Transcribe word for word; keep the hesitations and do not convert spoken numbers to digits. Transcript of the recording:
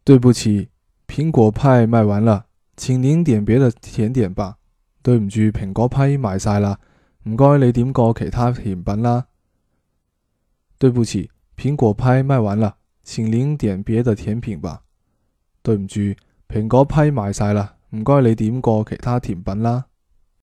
对不起，苹果派卖完了，请您點別的甜點吧。對唔住，蘋果批賣晒啦，唔該你點個其他甜品啦。對不起，蘋果派賣完了，請您點別的甜品吧。對唔住，蘋果批賣晒啦，唔該你點個其他甜品啦。